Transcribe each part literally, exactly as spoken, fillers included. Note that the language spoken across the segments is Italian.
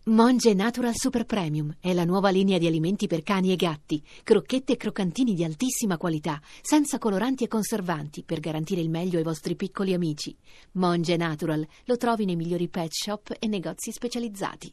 Monge Natural Super Premium è la nuova linea di alimenti per cani e gatti, crocchette e croccantini di altissima qualità, senza coloranti e conservanti, per garantire il meglio ai vostri piccoli amici. Monge Natural lo trovi nei migliori pet shop e negozi specializzati.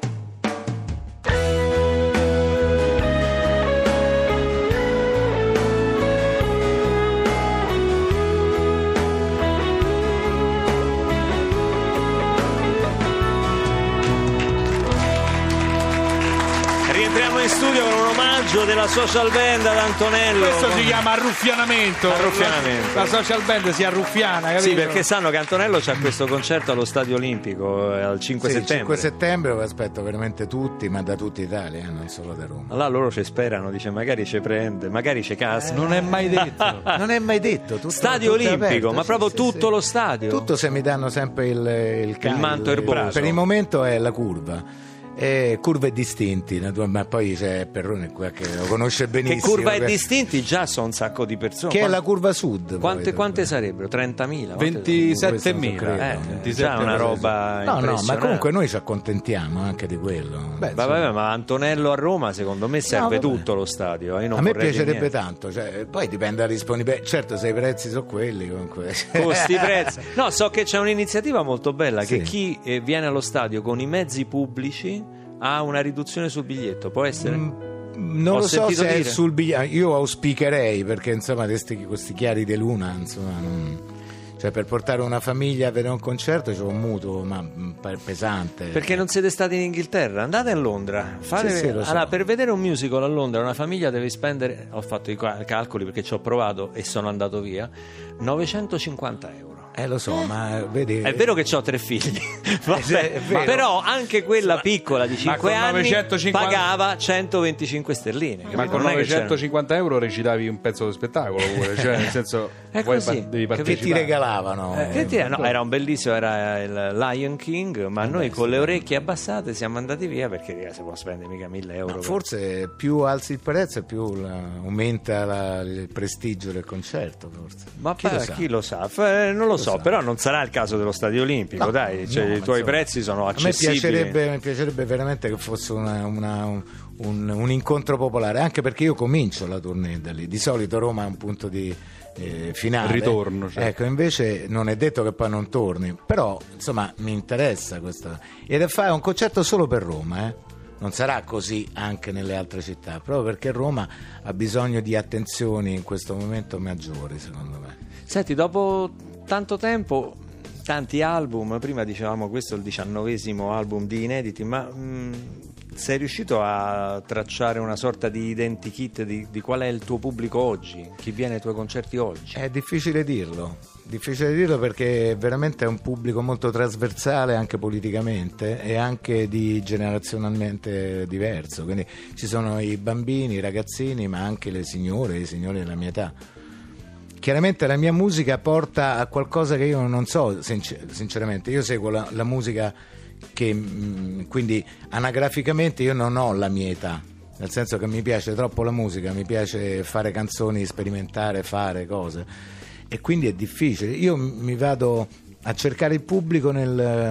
Rientriamo in studio con un omaggio della social band ad Antonello. Questo si chiama arruffianamento. Arruffianamento. La, la social band si arruffiana, capito? Sì, perché sanno che Antonello c'ha questo concerto allo Stadio Olimpico eh, al cinque sì, settembre. Il cinque settembre lo aspetto veramente tutti, ma da tutta Italia, eh, non solo da Roma. Allora loro ci sperano, dice magari ci prende, magari ci casa. Eh, non è mai detto. Non è mai detto. Tutto, stadio tutto Olimpico, aperto, ma sì, proprio sì, tutto sì. lo stadio. Tutto se mi danno sempre il, il, il manto erboso. Per il momento è la curva. E curve distinti, ma poi c'è Perrone qua che lo conosce benissimo. Che curva è che... distinti già sono un sacco di persone. Che Quant... è la curva sud. Quante, poi, quante sarebbero? trentamila? ventisettemila. Eh, ventisette già una roba no, no, ma comunque noi ci accontentiamo anche di quello. Beh, vabbè, ma Antonello a Roma secondo me serve no, tutto lo stadio. Io non a me piacerebbe tanto, cioè, poi dipende dalla disponibilità. Certo, se i prezzi sono quelli comunque. Costi, prezzi. No, so che c'è un'iniziativa molto bella, sì. che chi eh, viene allo stadio con i mezzi pubblici ha una riduzione sul biglietto, può essere? Mm, non Ho lo so se dire. è sul biglietto, io auspicherei, perché insomma questi, questi chiari di luna, insomma, non... cioè per portare una famiglia a vedere un concerto c'è un mutuo ma pesante. Perché non siete stati in Inghilterra? Andate a Londra. Fate... Sì, sì, lo so. Allora, per vedere un musical a Londra una famiglia deve spendere, ho fatto i calcoli perché ci ho provato e sono andato via, novecentocinquanta euro. Eh lo so, ma vedi. È vero che ho tre figli, vabbè, ma però anche quella ma, piccola di cinque anni novecentocinquanta... pagava centoventicinque sterline. Ma con novecentocinquanta euro recitavi un pezzo di spettacolo pure, cioè nel senso è così. Devi partecipare. Che ti regalavano? Eh, che ti... No, era un bellissimo, era il Lion King, ma eh noi beh, con sì. le orecchie abbassate siamo andati via perché si può spendere mica mille euro. Ma forse più alzi il prezzo più la... aumenta la... il prestigio del concerto, forse. Ma chi, lo, chi lo sa? Non lo so. So, però non sarà il caso dello Stadio Olimpico, no, dai, cioè, no, i tuoi insomma, prezzi sono accessibili. A me piacerebbe, mi piacerebbe veramente che fosse una, una, un, un incontro popolare, anche perché io comincio la tournée da lì. Di solito Roma è un punto di eh, finale. Ritorno. Cioè. Ecco, invece non è detto che poi non torni, però insomma mi interessa questa. Ed è fare un concerto solo per Roma, eh. Non sarà così anche nelle altre città, proprio perché Roma ha bisogno di attenzioni in questo momento maggiori, secondo me. Senti, dopo tanto tempo, tanti album, prima dicevamo questo è il diciannovesimo album di inediti, ma mh, sei riuscito a tracciare una sorta di identikit di, di qual è il tuo pubblico oggi? Chi viene ai tuoi concerti oggi? È difficile dirlo, difficile dirlo perché veramente è un pubblico molto trasversale anche politicamente e anche di generazionalmente diverso, quindi ci sono i bambini, i ragazzini, ma anche le signore, i signori della mia età. Chiaramente la mia musica porta a qualcosa che io non so, sincer- sinceramente. Io seguo la, la musica che, mh, quindi anagraficamente io non ho la mia età, nel senso che mi piace troppo la musica, mi piace fare canzoni, sperimentare, fare cose, e quindi è difficile. Io mi vado a cercare il pubblico nel,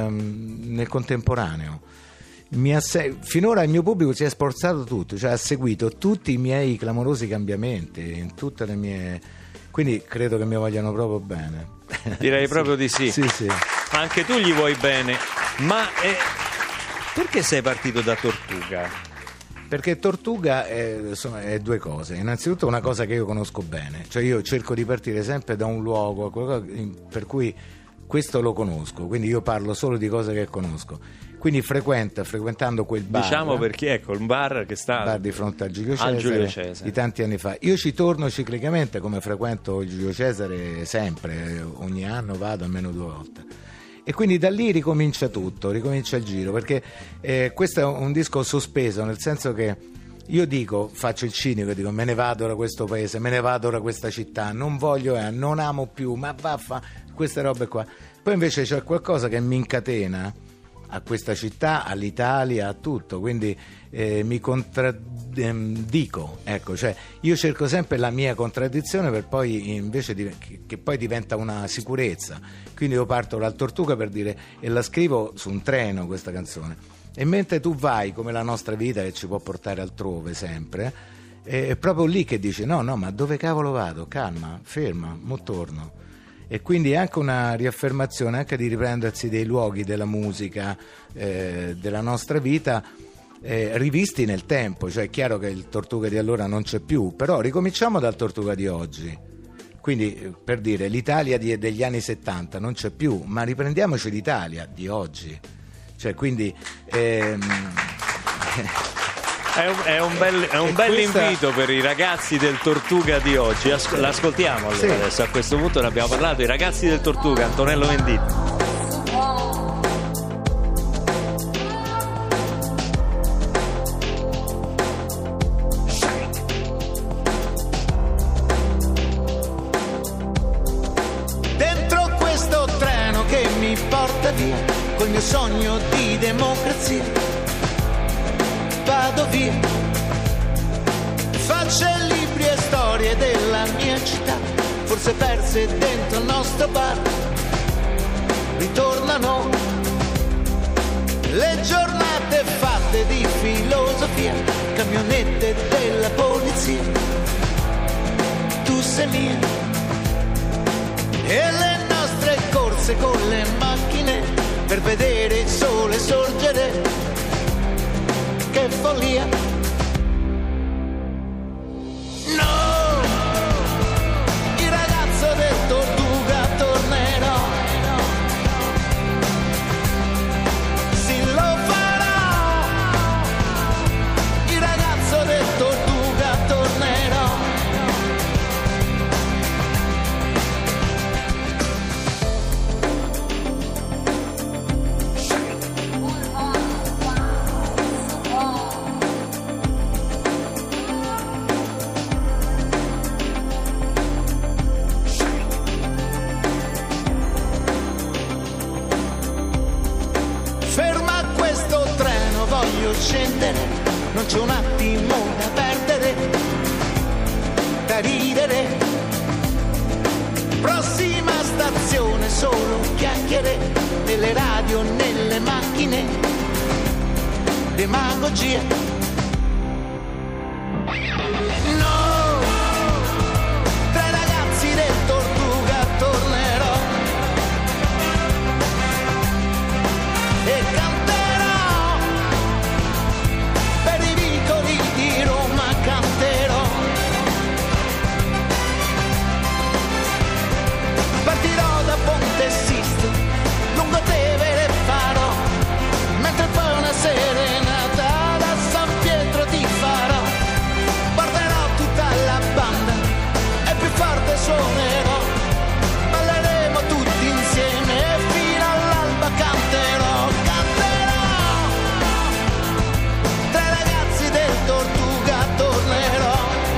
nel contemporaneo. Mi ha se- finora il mio pubblico si è sforzato tutto, cioè ha seguito tutti i miei clamorosi cambiamenti in tutte le mie... Quindi credo che mi vogliano proprio bene. Direi proprio di sì. Sì, sì. Anche tu gli vuoi bene. Ma eh, perché sei partito da Tortuga? Perché Tortuga è, insomma, è due cose. Innanzitutto una cosa che io conosco bene. Cioè io cerco di partire sempre da un luogo per cui questo lo conosco. Quindi io parlo solo di cose che conosco. Quindi frequenta, frequentando quel bar, diciamo perché ecco il bar che sta bar di fronte a Giulio Cesare, al Giulio Cesare di tanti anni fa. Io ci torno ciclicamente, come frequento il Giulio Cesare sempre, ogni anno vado almeno due volte. E quindi da lì ricomincia tutto, ricomincia il giro, perché eh, questo è un disco sospeso, nel senso che io dico, faccio il cinico, dico me ne vado da questo paese, me ne vado da questa città, non voglio, eh, non amo più, ma vaffa, queste robe qua. Poi invece c'è qualcosa che mi incatena a questa città, all'Italia, a tutto, quindi eh, mi contraddico, ecco, cioè io cerco sempre la mia contraddizione per poi invece di, che, che poi diventa una sicurezza. Quindi io parto dal Tortuga per dire, e la scrivo su un treno questa canzone, E mentre tu vai, come la nostra vita che ci può portare altrove sempre, è proprio lì che dici no, no, ma dove cavolo vado? Calma, ferma, mo torno. E quindi è anche una riaffermazione anche di riprendersi dei luoghi della musica, eh, della nostra vita, eh, rivisti nel tempo. Cioè è chiaro che il Tortuga di allora non c'è più, però ricominciamo dal Tortuga di oggi. Quindi, per dire, l'Italia di, degli anni settanta non c'è più, ma riprendiamoci l'Italia di oggi. Cioè, quindi... Ehm... È un, è un bel, è un bel questa... invito per i ragazzi del Tortuga di oggi. Ascol- l'ascoltiamo allora, sì. Adesso a questo punto ne abbiamo parlato. I ragazzi del Tortuga, Antonello Venditti. Dentro questo treno che mi porta via col mio sogno di democrazia, vado via, facce libri e storie della mia città, forse perse dentro il nostro bar. Ritornano le giornate fatte di filosofia, camionette della polizia, tu sei mia, e le nostre corse con le macchine per vedere il sole sorgere. Che follia! No! Il ragazzo del Tortuga tornerò. Sì, lo farò! Il ragazzo del Tortuga tornerò. Scendere, non c'è un attimo da perdere, da ridere. Prossima stazione, solo chiacchiere, nelle radio, nelle macchine, demagogia. No, tra i ragazzi del Tortuga tornerò e canterò. Partirò da Ponte Sisto, lungo Tevere farò, mentre poi una serenata da San Pietro ti farò. Porterò tutta la banda e più forte suonerò, balleremo tutti insieme e fino all'alba canterò, canterò. Tra i ragazzi del Tortuga tornerò.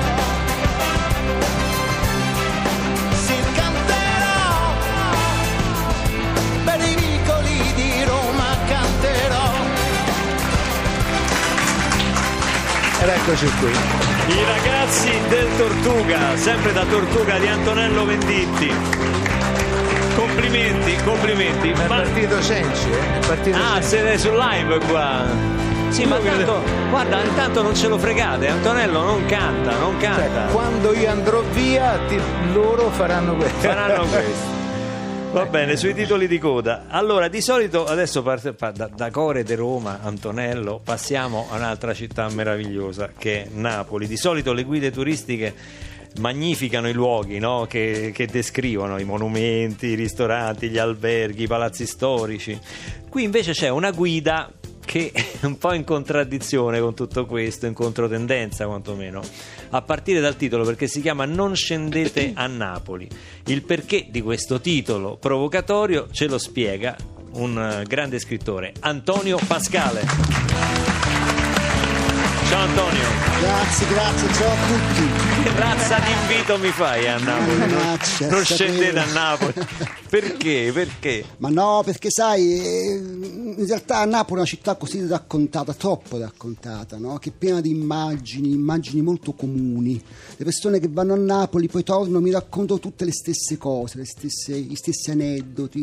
Ed eccoci qui. I ragazzi del Tortuga, sempre da Tortuga di Antonello Venditti. Complimenti, complimenti. Ma è ma... partito Cenci, eh? È partito Ah, Cenci. siete sul live qua. Sì, ma tanto, guarda, intanto non ce lo fregate, Antonello non canta, non canta. Cioè, quando io andrò via, ti, loro faranno questo. Faranno questo. Va bene, sui titoli di coda. Allora, di solito adesso parte, da, da Core de Roma, Antonello, passiamo a un'altra città meravigliosa che è Napoli. Di solito le guide turistiche magnificano i luoghi, no? che, che descrivono i monumenti, i ristoranti, gli alberghi, i palazzi storici. Qui invece c'è una guida che è un po' in contraddizione con tutto questo, in controtendenza quantomeno, a partire dal titolo, perché si chiama Non scendete a Napoli. Il perché di questo titolo provocatorio ce lo spiega un grande scrittore, Antonio Pascale. Ciao Antonio. Grazie, grazie, ciao a tutti. Che razza di invito mi fai a Napoli? Non, non scendete a Napoli. Perché? Perché? Ma no, perché sai, in realtà Napoli è una città così raccontata, troppo raccontata, no? Che è piena di immagini, immagini molto comuni. Le persone che vanno a Napoli poi tornano, mi raccontano tutte le stesse cose, le stesse, gli stessi aneddoti.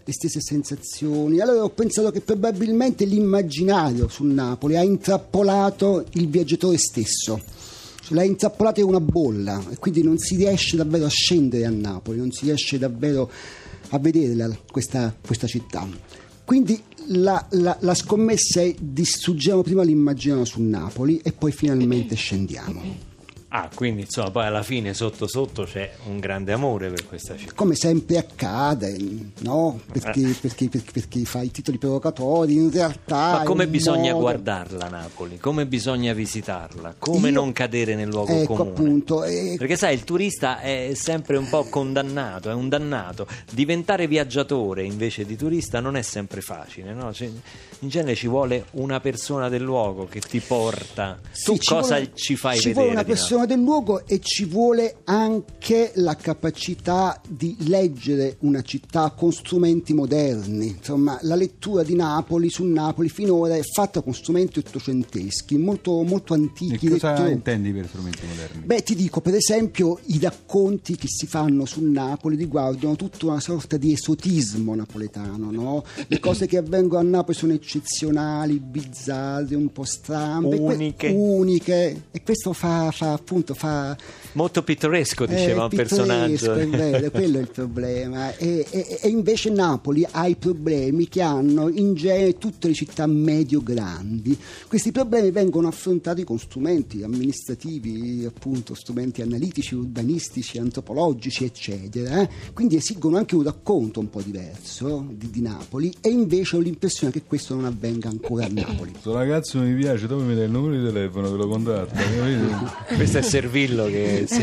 le stesse sensazioni. Allora ho pensato che probabilmente l'immaginario su Napoli ha intrappolato il viaggiatore stesso, cioè l'ha intrappolato in una bolla e quindi non si riesce davvero a scendere a Napoli, non si riesce davvero a vedere la, questa, questa città. Quindi la, la, la scommessa è distruggiamo prima l'immaginario su Napoli e poi finalmente scendiamo. Ah, quindi insomma poi alla fine sotto sotto c'è un grande amore per questa città. Come sempre accade, no? Perché, Eh. perché, perché, perché fa i titoli provocatori, in realtà... Ma come è un bisogna modo- guardarla Napoli? Come bisogna visitarla? Come Io- non cadere nel luogo Ecco, comune? appunto, eh, Perché sai, il turista è sempre un po' condannato, è un dannato. Diventare viaggiatore invece di turista non è sempre facile, no? Cioè, in genere ci vuole una persona del luogo che ti porta. Sì, Tu ci cosa vuole- ci fai ci vedere? vuole una di Napoli? persona del luogo e ci vuole anche la capacità di leggere una città con strumenti moderni. Insomma, la lettura di Napoli su Napoli finora è fatta con strumenti ottocenteschi, molto, molto E antichi. cosa retro- intendi per strumenti moderni? Beh, ti dico, per esempio, i racconti che si fanno su Napoli riguardano tutta una sorta di esotismo napoletano, no? Le cose che avvengono a Napoli sono eccezionali, bizzarre, un po' strambe, que- Uniche. uniche. E questo fa, fa appunto fa Molto pittoresco, diceva eh, un personaggio. pittoresco, è vero, quello è il problema. E, e- e invece Napoli ha i problemi che hanno in genere tutte le città medio-grandi. Questi problemi vengono affrontati con strumenti amministrativi, appunto, strumenti analitici, urbanistici, antropologici, eccetera. eh. Quindi esigono anche un racconto un po' diverso di, di Napoli, e invece ho l'impressione che questo non avvenga ancora a Napoli. Questo ragazzo mi piace, dopo mi dai il numero di telefono, te lo contatto. capito? Questo è Servillo che si-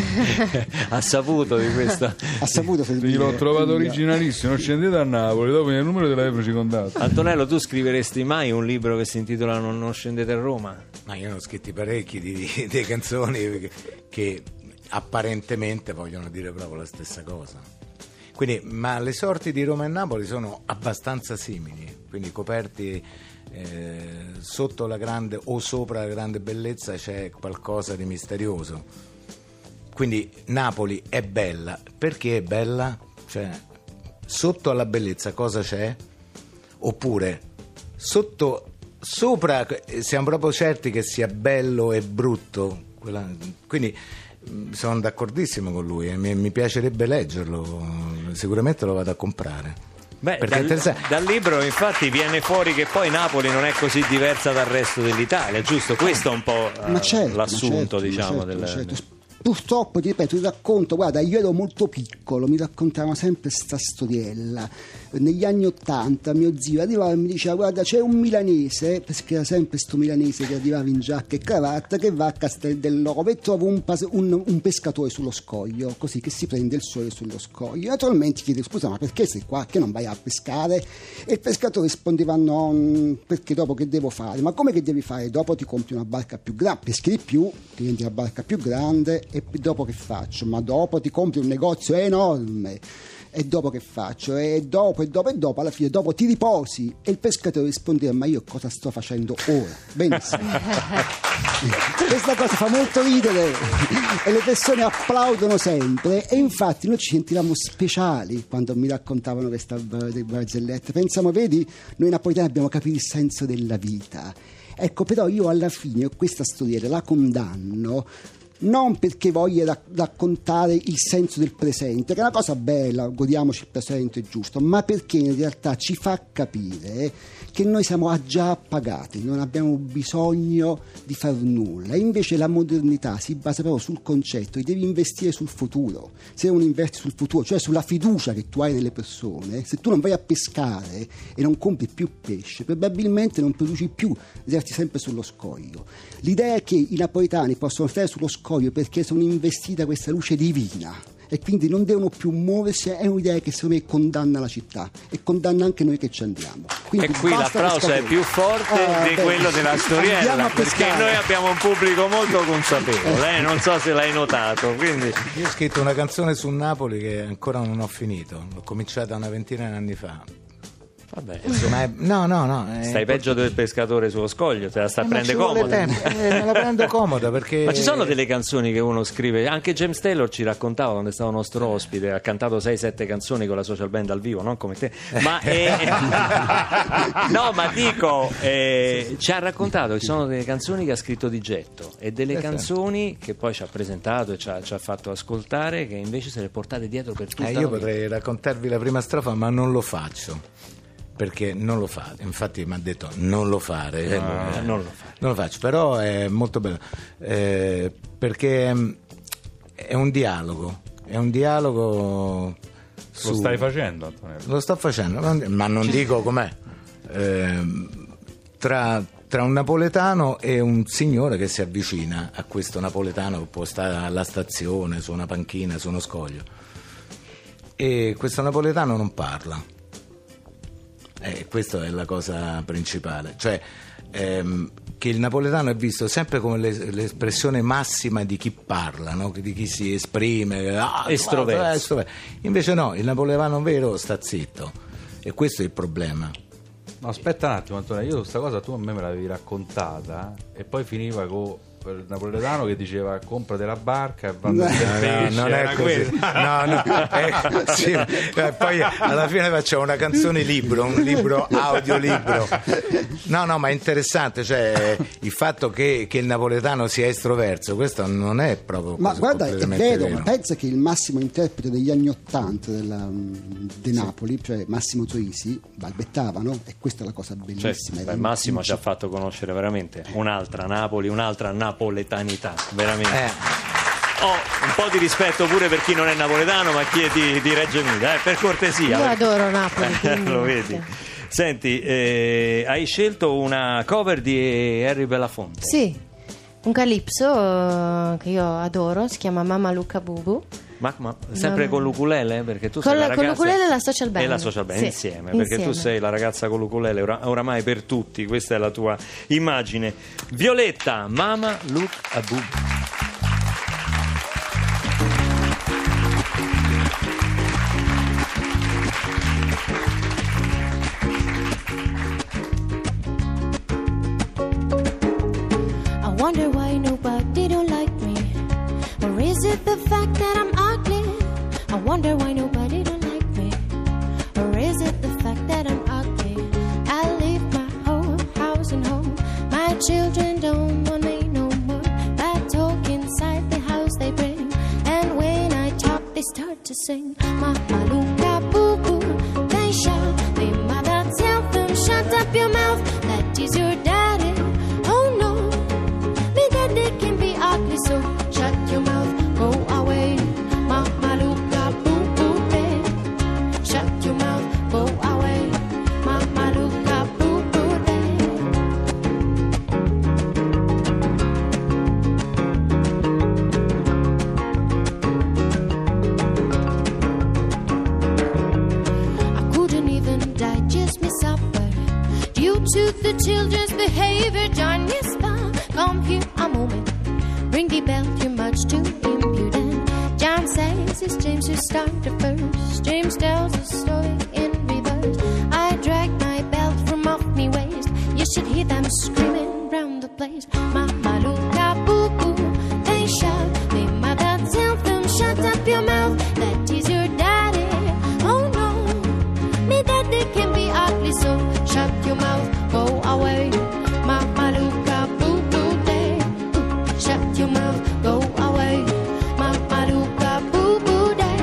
ha saputo di questo. Ha saputo Io servire. l'ho trovato originalissimo, non scendete a Napoli, dopo mi dai il numero di telefono ci contatto. Antonello, tu scriveresti mai un libro che si intitola Non, non scendete a Roma? Ma io ne ho scritti parecchi di, di, di canzoni che, che apparentemente vogliono dire proprio la stessa cosa. Quindi, ma le sorti di Roma e Napoli sono abbastanza simili, quindi coperti eh, sotto la grande o sopra la grande bellezza c'è qualcosa di misterioso. Quindi Napoli è bella, perché è bella? Cioè, sotto alla bellezza cosa c'è? Oppure sotto, sopra siamo proprio certi che sia bello e brutto? Quella- quindi mh, sono d'accordissimo con lui e mi, mi piacerebbe leggerlo, sicuramente lo vado a comprare. Beh, Perché è dal, interessante. dal libro infatti viene fuori che poi Napoli non è così diversa dal resto dell'Italia, giusto? Questo è un po' eh, Ma certo, l'assunto, ma certo, diciamo. ma certo, del... ma certo. Purtroppo, ti ripeto, il racconto, guarda, io ero molto piccolo, mi raccontavano sempre sta storiella. Negli anni Ottanta mio zio arrivava e mi diceva: guarda, c'è un milanese, perché era sempre sto milanese che arrivava in giacca e cravatta, che va a Castel dell'Ove e trova un, pas- un- un pescatore sullo scoglio, così, che si prende il sole sullo scoglio. Naturalmente chiede: scusa, ma perché sei qua? Che non vai a pescare? E il pescatore rispondeva: no, mm, perché dopo che devo fare? Ma come che devi fare? Dopo ti compri una barca più grande, peschi di più, ti vendi la barca più grande, e dopo che faccio? Ma dopo ti compri un negozio enorme, e dopo che faccio? E dopo e dopo e dopo, alla fine dopo ti riposi. E il pescatore rispondeva: ma io cosa sto facendo ora? Benissimo. Questa cosa fa molto ridere e le persone applaudono sempre, e infatti noi ci sentivamo speciali quando mi raccontavano questa bar- delle barzellette. Pensiamo, vedi, noi napoletani abbiamo capito il senso della vita. Ecco, però io alla fine questa storiella la condanno non perché voglia rac- raccontare il senso del presente, che è una cosa bella, godiamoci il presente, è giusto, ma perché in realtà ci fa capire che noi siamo già appagati, non abbiamo bisogno di far nulla. E invece la modernità si basa proprio sul concetto di devi investire sul futuro. Se non investi sul futuro, cioè sulla fiducia che tu hai nelle persone, se tu non vai a pescare e non compri più pesce, probabilmente non produci più, resti sempre sullo scoglio. L'idea è che i napoletani possono stare sullo scoglio perché sono investiti da questa luce divina e quindi non devono più muoversi. È un'idea che secondo me condanna la città e condanna anche noi che ci andiamo. Quindi E qui basta l'applauso è pescatori. più forte Ah, di beh, quello della andiamo storiella, a perché pescare. noi abbiamo un pubblico molto consapevole, eh? Non so se l'hai notato, quindi Io ho scritto una canzone su Napoli che ancora non ho finito, l'ho cominciata una ventina di anni fa. Vabbè, Ma è- no, no, no. è- stai peggio del pescatore sullo scoglio, te la sta a Eh, ma prendere ci vuole comoda. tempo. Eh, me la prendo comoda perché. Ma ci sono delle canzoni che uno scrive, anche James Taylor ci raccontava quando è stato nostro ospite, ha cantato sei sette canzoni con la social band dal vivo, non come te, ma eh, no, ma dico, eh, ci ha raccontato che ci sono delle canzoni che ha scritto di getto e delle Eh, sì. canzoni che poi ci ha presentato e ci ha, ci ha fatto ascoltare che invece se le portate dietro per tutta Eh, la io vita. potrei raccontarvi la prima strofa, ma non lo faccio. Perché non lo fate, infatti mi ha detto non lo fare, eh, Eh, non lo fare. non lo faccio, però è molto bello eh, perché mm, è un dialogo, è un dialogo su- Lo stai facendo, Antonello? lo sto facendo, non- ma non dico com'è, Ehm, tra, tra un napoletano e un signore che si avvicina a questo napoletano che può stare alla stazione, su una panchina, su uno scoglio, e questo napoletano non parla. Eh, questa è la cosa principale, cioè ehm, che il napoletano è visto sempre come l'es- l'espressione massima di chi parla, no? Di chi si esprime, ah, Estroverso. ah, estroverso. Invece no, il napoletano vero sta zitto, e questo è il problema. No, aspetta un attimo, Antonello, io questa cosa tu a me me l'avevi raccontata e poi finiva con il napoletano che diceva comprate la barca e vanno a No, prendere No, pesce, non è era così. quello. No, no. Eh, sì, eh, poi alla fine facciamo una canzone libro, un libro audiolibro. No, no, ma è interessante, cioè il fatto che, che il napoletano sia estroverso, questo non è proprio Ma così guarda, è completamente vero, vero. ma pensa che il massimo interprete degli anni Ottanta della, di Napoli, cioè Massimo Troisi, balbettava, no? E questa è la cosa Cioè, bellissima. beh, era un- Massimo un ci ha fatto conoscere veramente un'altra Napoli, un'altra napoletanità, veramente. Eh, Ho un po' di rispetto pure per chi non è napoletano, ma chi è di, di Reggio Emilia, eh, per cortesia. Io perché- adoro Napoli, Eh, quindi- lo vedi. Senti, eh, hai scelto una cover di Harry Belafonte. Sì, un calypso eh, che io adoro, si chiama Mamma Luca Bubu. Ma, ma sempre No, con l'ukulele? Perché tu Con sei la la- con ragazza l'ukulele e la social band. E la social band Sì, insieme, perché tu insieme. sei la ragazza con l'ukulele ora- oramai per tutti, questa è la tua immagine. Violetta, Mama Look a Boo. I wonder why nobody don't like me. Or is it the fact that I'm ugly? I wonder why nobody don't like me. Or is it the fact that I'm ugly? I leave my whole house and home. My children don't want me no more. Bad talk inside the house they bring. And when I talk they start to sing. Mama Luca boo boo. They shout. They mother tell them shut up your mouth. That is your daddy. Oh no. Me daddy can be ugly, so shut your mouth, go away. Mama Luca boo boo babe. Shut your mouth, go away. Mama Luca boo boo babe. I couldn't even digest my supper due to the children's behavior. John, yes, come here a moment. Bring the belt, you're much too impudent. John says it's James who started first. James tells a story in reverse. I drag my belt from off me waist. You should hear them screaming round the place. Mama Luca boo boo. They shout, they mother tell them shut up your mouth. That is your daddy. Oh no, me daddy can be ugly, so shut your mouth, go away. Mama Luca boo boo day. Shut your mouth, go away. Mama Luca boo boo day.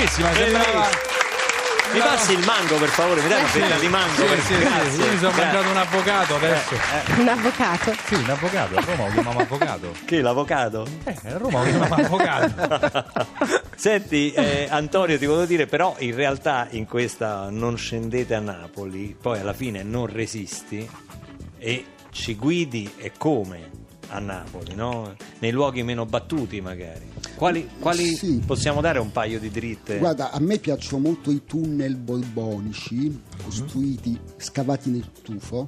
bellissima, sembrava... Mi passi il mango per favore, mi dai una fetta di mango? Sì, sì, sì, io mi sono mangiato un avvocato adesso. Un avvocato. Sì, un avvocato, a Roma lo chiamavamo avvocato. Che, l'avvocato? Eh, a Roma lo chiamavamo avvocato. Senti, eh, Antonio, ti volevo dire, però in realtà in questa Non scendete a Napoli, poi alla fine non resisti e ci guidi e come a Napoli, no? Nei luoghi meno battuti magari. Quali, quali Sì. possiamo dare un paio di dritte? Guarda, a me piacciono molto i tunnel borbonici, costruiti, scavati nel tufo,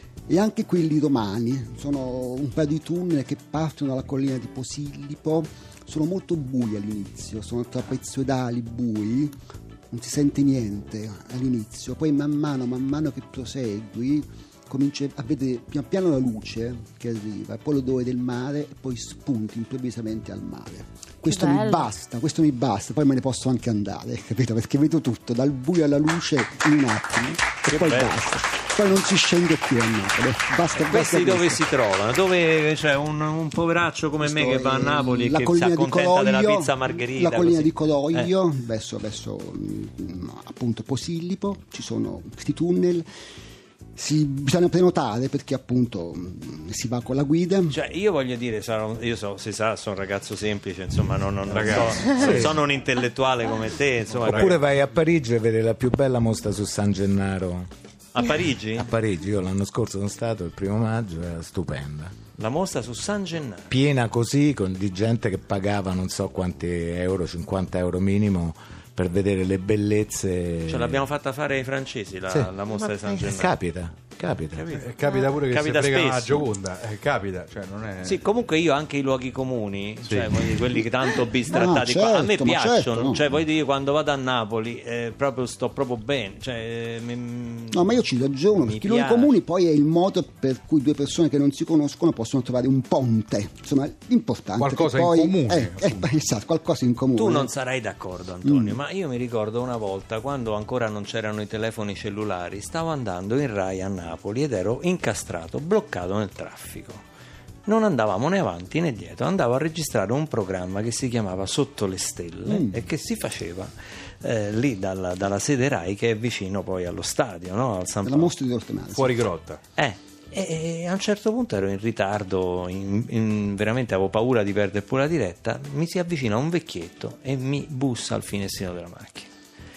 e anche quelli romani. Sono un paio di tunnel che partono dalla collina di Posillipo, sono molto bui all'inizio, sono trapezoidali, bui, non si sente niente all'inizio, poi man mano, man mano che prosegui cominci a vedere pian piano la luce che arriva, poi l'odore del mare e poi spunti improvvisamente al mare. Questo mi bello. basta, questo mi basta, poi me ne posso anche andare, capito? Perché vedo tutto, dal buio alla luce in un attimo e poi bello. basta. Poi non si scende più a Napoli. Basta, Questi basta dove questo. si trovano? Dove c'è un, un poveraccio come me che va a Napoli e La che si collina di accontenta della Cologlio, pizza margherita? la collina così. di Cologlio, verso, verso mm, appunto Posillipo, ci sono questi tunnel. Si, bisogna prenotare perché appunto mh, si va con la guida. Cioè, io voglio dire, sarò- io so, si sa, sono un ragazzo semplice, insomma, non, non, non Ragazzi, so- non sì. sono un intellettuale come te, insomma. Oppure vai a Parigi e vedi la più bella mostra su San Gennaro. A Parigi? A Parigi, io l'anno scorso sono stato il primo maggio, era stupenda. La mostra su San Gennaro. Piena così, con di gente che pagava non so quanti euro, cinquanta euro minimo, per vedere le bellezze. Ce l'abbiamo fatta fare ai francesi la, Sì. la mostra di San Ma Gennaro. Capita, capita. Eh, capita pure che Capita si fregano la spesso. Gioconda, eh, capita, cioè non è... Sì, comunque io anche i luoghi comuni, cioè voglio dire, quelli che tanto bistrattati No, qua, a me certo, ma piacciono, certo, no. cioè voglio dire, quando vado a Napoli eh, proprio sto proprio bene, cioè eh, mi- No, ma io ci ragiono, Mi perché i luoghi piace. comuni poi è il modo per cui due persone che non si conoscono possono trovare un ponte. Insomma, l'importante Qualcosa è che poi, in comune, eh, eh, esatto, qualcosa in comune. Tu non sarai d'accordo, Antonio, Mm. ma io mi ricordo una volta quando ancora non c'erano i telefoni cellulari, stavo andando in Rai a Napoli ed ero incastrato, bloccato nel traffico. Non andavamo né avanti né dietro, andavo a registrare un programma che si chiamava Sotto le Stelle Mm. e che si faceva eh, lì dalla, dalla sede Rai che è vicino poi allo stadio, no? Al San Nella Paolo. mostra di Ortenazzi. Fuori grotta. Eh, e a un certo punto ero in ritardo, in- in- veramente avevo paura di perdere pure la diretta. Mi si avvicina un vecchietto e mi bussa al finestrino della macchina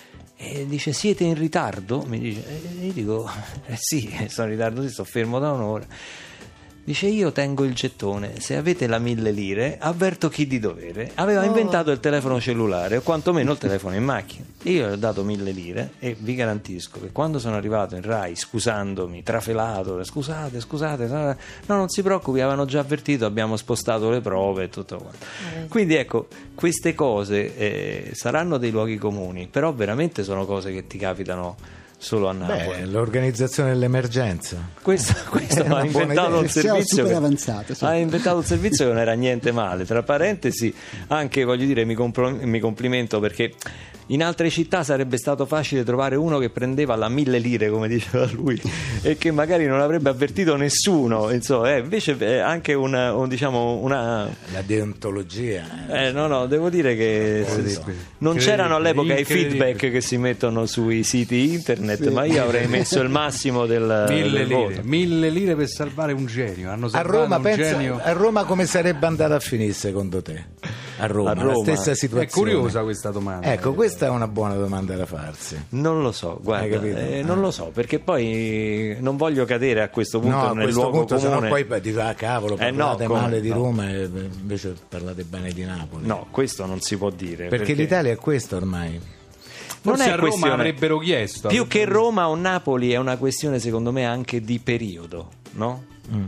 e dice: siete in ritardo? Mi dice, e io dico: eh sì, sono in ritardo, sì, sto fermo da un'ora. Dice: io tengo il gettone, se avete la mille lire avverto chi di dovere. Aveva inventato il telefono cellulare o quantomeno il telefono in macchina. Io gli ho dato mille lire e vi garantisco che quando sono arrivato in Rai scusandomi, trafelato, scusate, scusate, no, non si preoccupi, avevano già avvertito, abbiamo spostato le prove e tutto quanto. Quindi ecco, queste cose eh, saranno dei luoghi comuni, però veramente sono cose che ti capitano solo a Napoli. Beh, l'organizzazione dell'emergenza. Questo, questo È una ha buona inventato idea. un Siamo servizio super che, avanzate, sì. ha inventato un servizio che non era niente male. Tra parentesi, anche voglio dire, mi, compro- mi complimento perché in altre città sarebbe stato facile trovare uno che prendeva la mille lire, come diceva lui, e che magari non avrebbe avvertito nessuno. Insomma, eh, invece è anche una, un, diciamo, una La deontologia. eh, no, no, devo dire che non c'erano all'epoca i feedback che si mettono sui siti internet, Sì. ma io avrei messo il massimo del, Mille del lire, voto. mille lire per salvare un genio. Hanno A salvato Roma, un pensa, genio. a Roma come sarebbe andata a finire secondo te? A Roma, A la Roma. stessa È situazione. curiosa questa domanda. Ecco, questa è una buona domanda da farsi. Non lo so, Hai guarda, capito? eh, non lo so, perché poi non voglio cadere a questo punto No, a nel questo luogo punto sennò comune. poi beh, dici, ah cavolo, Eh, no, parlate come- male di no. Roma e invece parlate bene di Napoli. No, questo non si può dire. perché, l'Italia è questa ormai. non Forse è a Roma questione- avrebbero chiesto. Più che Roma o Napoli è una questione secondo me anche di periodo, no?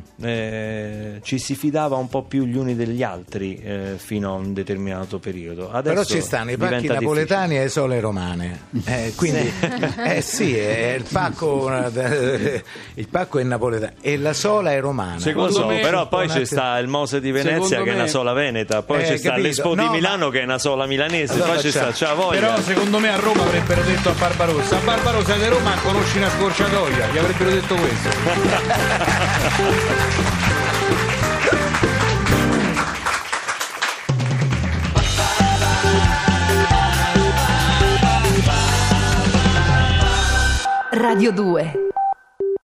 Eh, ci si fidava un po' più gli uni degli altri eh, fino a un determinato periodo. Adesso Però ci stanno i pacchi diventa napoletani e le sole romane. Eh, quindi, eh sì, è il pacco, il pacco è napoletano e la sola è romana. Lo Secondo so, me- però poi un c'è attimo- sta il Mose di Venezia Secondo che è me- una sola veneta, poi Eh, c'è sta capito. l'Expo No, di ma- Milano che è una sola milanese, Allora poi c'è sta facciamo- c'ha voglia. Però secondo me a Roma avrebbero detto a Barbarossa: a Barbarossa di Roma conosci una scorciatoia. Gli avrebbero detto questo. Radio due.